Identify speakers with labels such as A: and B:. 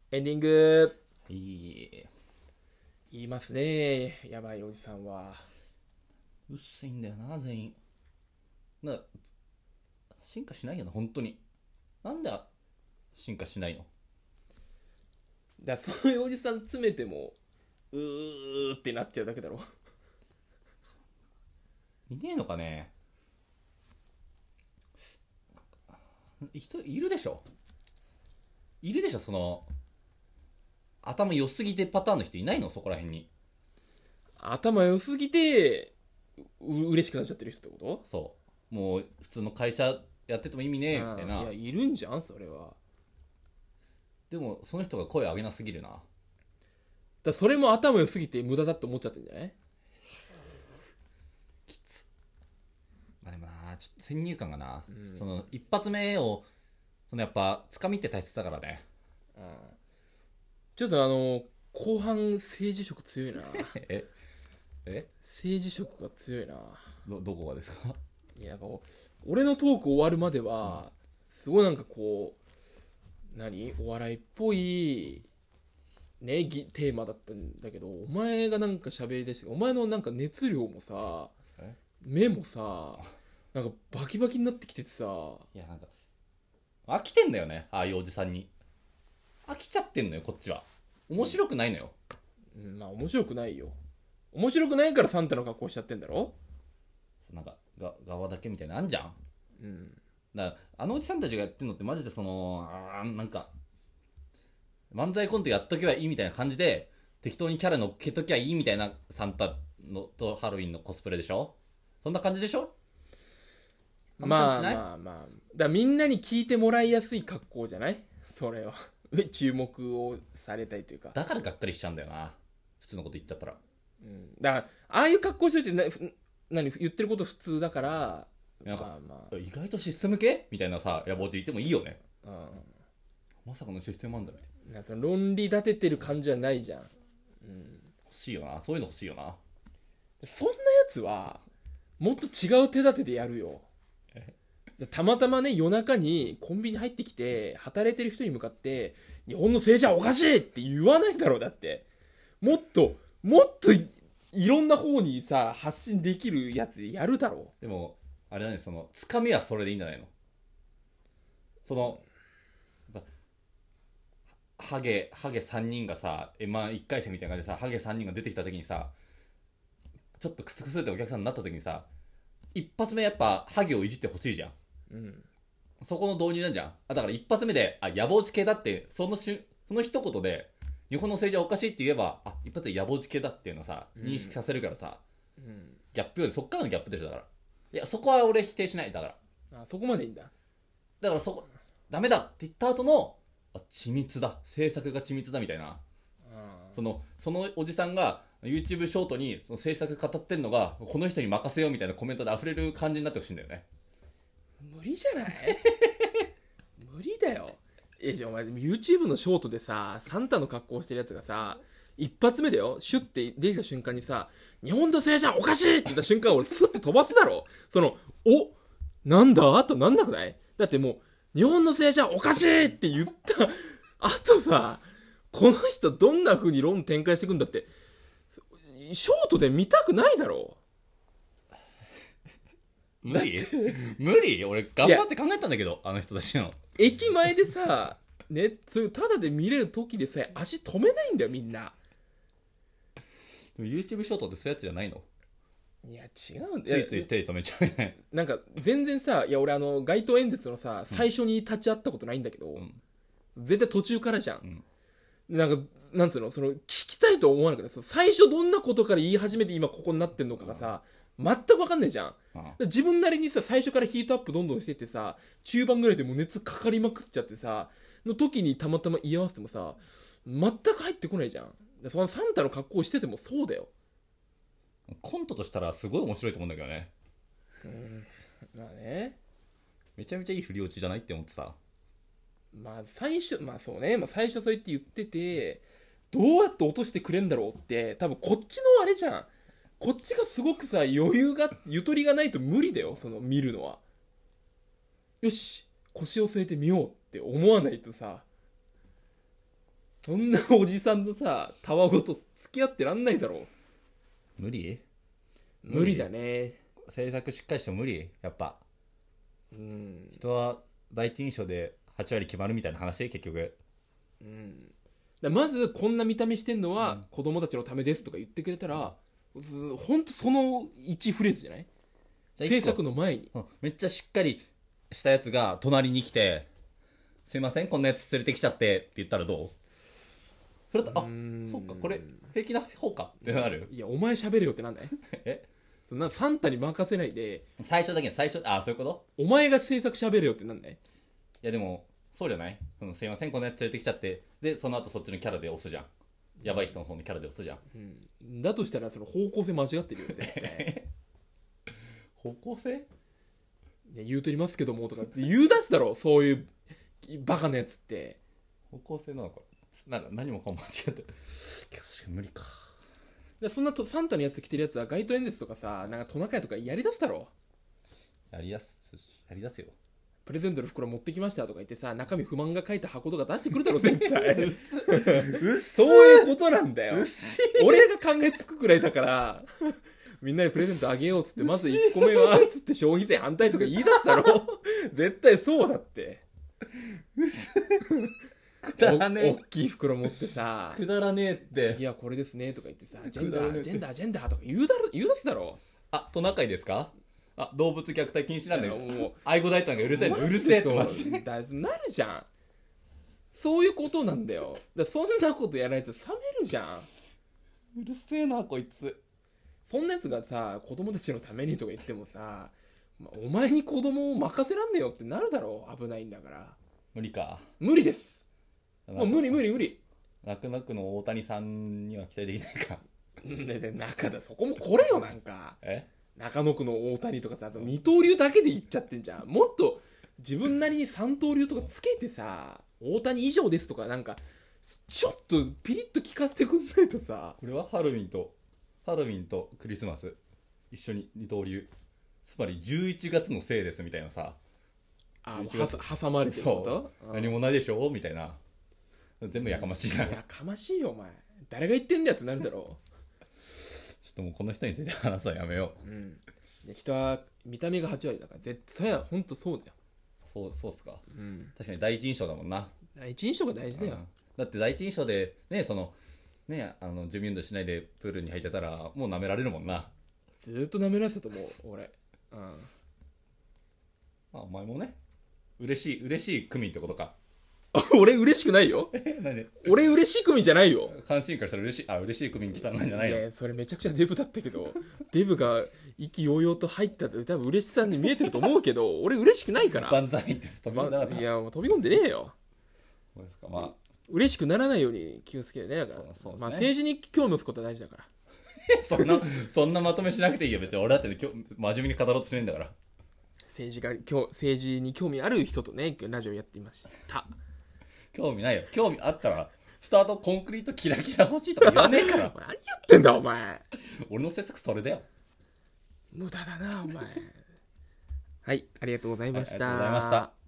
A: エンディング。
B: いい。
A: 言いますね、やばいおじさんは。
B: うっせいんだよな、全員。進化しないよな、本当に。なんで進化しないの？
A: そういうおじさん詰めてもうーってなっちゃうだけだろ。
B: いねえのかね。人いるでしょ。その頭良すぎてパターンの人いないの？そこら辺に。
A: 頭良すぎて嬉しくなっちゃってる人ってこ
B: そう、もう普通の会社やってても意味ねえ
A: と？
B: みたいな。
A: いや、いるんじゃんそれは。
B: でもその人が声上げなすぎるな。
A: それも頭良すぎて無駄だって思っちゃってんじゃない？
B: まあでもな、ちょっと先入観がな、その一発目をそのやっぱつかみって大切だからね。
A: ちょっと後半政治色強いな。政治色が強いな。
B: どこがですか？
A: いや、俺のトーク終わるまでは、すごいなんかこうお笑いっぽいねテーマだったんだけど、お前がなんか喋り出して、お前のなんか熱量もさ、目もさ、なんかバキバキになってきててさ。
B: いや、なんか飽きてんだよね、ああいうおじさんに。飽きちゃってんのよ、こっちは。面白くないのよ。
A: まあ面白くないよ。面白くないからサンタの格好しちゃってんだろ。
B: なんか側だけみたいなのあんじゃん。だからあのおじさんたちがやってんのってマジでそのなんか漫才コントやっとけばいいみたいな感じで適当にキャラ乗っけときゃいいみたいなサンタのとハロウィンのコスプレでしょ。そんな感じでしょ。
A: まあまあまあ、みんなに聞いてもらいやすい格好じゃないそれは。注目をされたいというか。
B: だからがっかりしちゃうんだよな、普通のこと言っちゃったら。
A: だからああいう格好してて言ってること普通だから、
B: なんか、意外とシステム系みたいなさ、野望字言ってもいいよね。まさかのシステムなんだみたいな。
A: なんか論理立ててる感じはないじゃん。
B: 欲しいよな、そういうの欲しいよな。
A: そんなやつはもっと違う手立てでやるよ。たまたまね、夜中にコンビニ入ってきて働いてる人に向かって日本の政治はおかしいって言わないだろう。だってもっといろんな方にさ発信できるやつやるだろ
B: でもあれだね、そのつかみはそれでいいんじゃないの。そのハゲ3人がさ M11 回戦みたいな感じでさ、ハゲ3人が出てきた時にさ、ちょっとクスクスってお客さんになった時にさ、一発目やっぱハゲをいじってほしいじゃん。そこの導入なんじゃん。だから一発目で野望地系だってその一言で日本の政治はおかしいって言えば、一発で野望地系だっていうのをさ認識させるからさ、ギャップよりそっからのギャップでしょ。だからいや、そこは俺否定しない。だから
A: そこまでいいんだ。
B: だからそこダメだって言った後の緻密だ、制作が緻密だみたいな、そのおじさんが YouTube ショートにその制作語ってんのがこの人に任せようみたいなコメントで溢れる感じになってほしいんだよね。
A: 無理じゃない無理だよ。お前 YouTube のショートでさ、サンタの格好してるやつがさ、一発目だよ、シュッて出てきた瞬間にさ、日本の政治はおかしいって言った瞬間俺スッて飛ばすだろ。なんだとなんなくない？だってもう日本の政治はおかしいって言ったあとさ、この人どんな風に論展開していくんだってショートで見たくないだろ。
B: 無理俺頑張って考えたんだけど、あの人たちの
A: 駅前でさね、そういうただで見れる時でさえ足止めないんだよみんな。
B: でも YouTube ショートってそういうやつじゃないの？
A: いや違うん
B: だよ。ついつい手止めちゃうね。
A: なんか全然さ、いや俺街頭演説のさ最初に立ち会ったことないんだけど、絶対途中からじゃん。なんかなんつうの、その聞きたいと思わなくて、最初どんなことから言い始めて今ここになってんのかがさ、全く分かんないじゃん。自分なりにさ最初からヒートアップどんどんしてってさ、中盤ぐらいでもう熱かかりまくっちゃってさの時にたまたま居合わせてもさ全く入ってこないじゃん。そのサンタの格好しててもそうだよ。
B: コントとしたらすごい面白いと思うんだけどね。
A: まあね、
B: めちゃめちゃいい振り落ちじゃないって思ってた。
A: 最初そうね、最初そう言って言ってて、どうやって落としてくれんだろうって多分こっちのあれじゃん。こっちがすごくさゆとりがないと無理だよ、その見るのは。よし腰を据えてみようって思わないとさ。 そんなおじさんとさたわごと付き合ってらんないだろ。
B: 無理
A: 無理だね。
B: 制作しっかりしても無理やっぱ。
A: うん。
B: 人は第一印象で8割決まるみたいな話結局。
A: うん。まずこんな見た目してんのは子供たちのためですとか言ってくれたら、ほんとその1フレーズじゃない？制作の前に、
B: めっちゃしっかりしたやつが隣に来て、すいませんこんなやつ連れてきちゃってって言ったらどう？それとそっかこれ平気な方かってなる。
A: いやお前喋れよってなんだい
B: え
A: そんなサンタに任せないで
B: 最初だけ最初そういうこと？
A: お前が制作喋れよってなんだい？
B: いやでもそうじゃない？すいませんこんなやつ連れてきちゃって、でその後そっちのキャラで押すじゃん。やばい人の方のキャラで押すじゃん、
A: だとしたらその方向性間違ってるよ絶対
B: 方向性？
A: いや言うとりますけどもとかって言う出すだろそういうバカなやつって。
B: 方向性なのか何もかも間違って無理か。
A: でそんなとサンタのやつ着てるやつは街頭演説とかさなんかトナカイとかやりだすだろ。
B: やりだすよ。
A: プレゼントの袋持ってきましたとか言ってさ中身不満が書いた箱とか出してくるだろ絶対そういうことなんだよ。俺が考えつくくらいだからみんなにプレゼントあげようっつってまず1個目はっつって消費税反対とか言い出すだろ絶対そうだって
B: くだらねえ。
A: 大きい袋持ってさ
B: くだらねえって。
A: いやこれですねとか言ってさジェンダーとか言う出すだろ。
B: トナカイですか？動物虐待禁止なんだよ。
A: もう
B: 愛護大胆がうるさいの。うるせえってマジで
A: なるじゃん。そういうことなんだよ。そんなことやらないと冷めるじゃん。
B: うるせえなこいつ。
A: そんなやつがさ子供たちのためにとか言ってもさお前に子供を任せらんねえよってなるだろ。危ないんだから。
B: 無理か。
A: 無理です。もう無理。
B: 泣く泣くの大谷さんには期待できないか。
A: 中田そこもこれよなんか。中野区の大谷とかさ二刀流だけで言っちゃってんじゃん。もっと自分なりに三刀流とかつけてさ大谷以上ですとかなんかちょっとピリッと聞かせてくんないとさ。
B: これはハロウィンとクリスマス一緒に二刀流、つまり11月のせいですみたいなさ。
A: 挟まれてること？
B: 何もないでしょみたいな。全部やかましいな。
A: やかましいよお前。誰が言ってんだよってなるだろう。
B: ちょっともうこの人について話すのやめよ
A: う。人は見た目が8割だから絶対は本当そうだよ。
B: そうっすか。確かに第一印象だもんな。
A: 第一印象が大事だよ。
B: だって第一印象でね準備運動しないでプールに入っちゃったらもう舐められるもんな。
A: ずーっと舐められてたと思う俺。
B: お前もね嬉しい区民ってことか。
A: 俺嬉しくないよ。俺嬉しい区民じゃないよ。
B: 関心からしたら嬉しい区民来たんじゃないの。
A: それめちゃくちゃデブだったけどデブが意気揚々と入ったって多分嬉しさに見えてると思うけど俺嬉しくないから。
B: 万歳って飛び込んだかった。
A: いやもう飛び込んでねえよ。嬉しくならないように気をつけてね。だからそうですね。政治に興味持つことは大事だから
B: そんなまとめしなくていいよ別に。俺だって真面目に語ろうとしないんだから。
A: 政治に興味ある人とねラジオやっていました。
B: 興味ないよ。興味あったらスタートコンクリートキラキラ欲しいとか言わねえから
A: 何言ってんだお前。
B: 俺の制作それだよ。
A: 無駄だなお前はい、ありがとうございました。
B: ありがとうございました。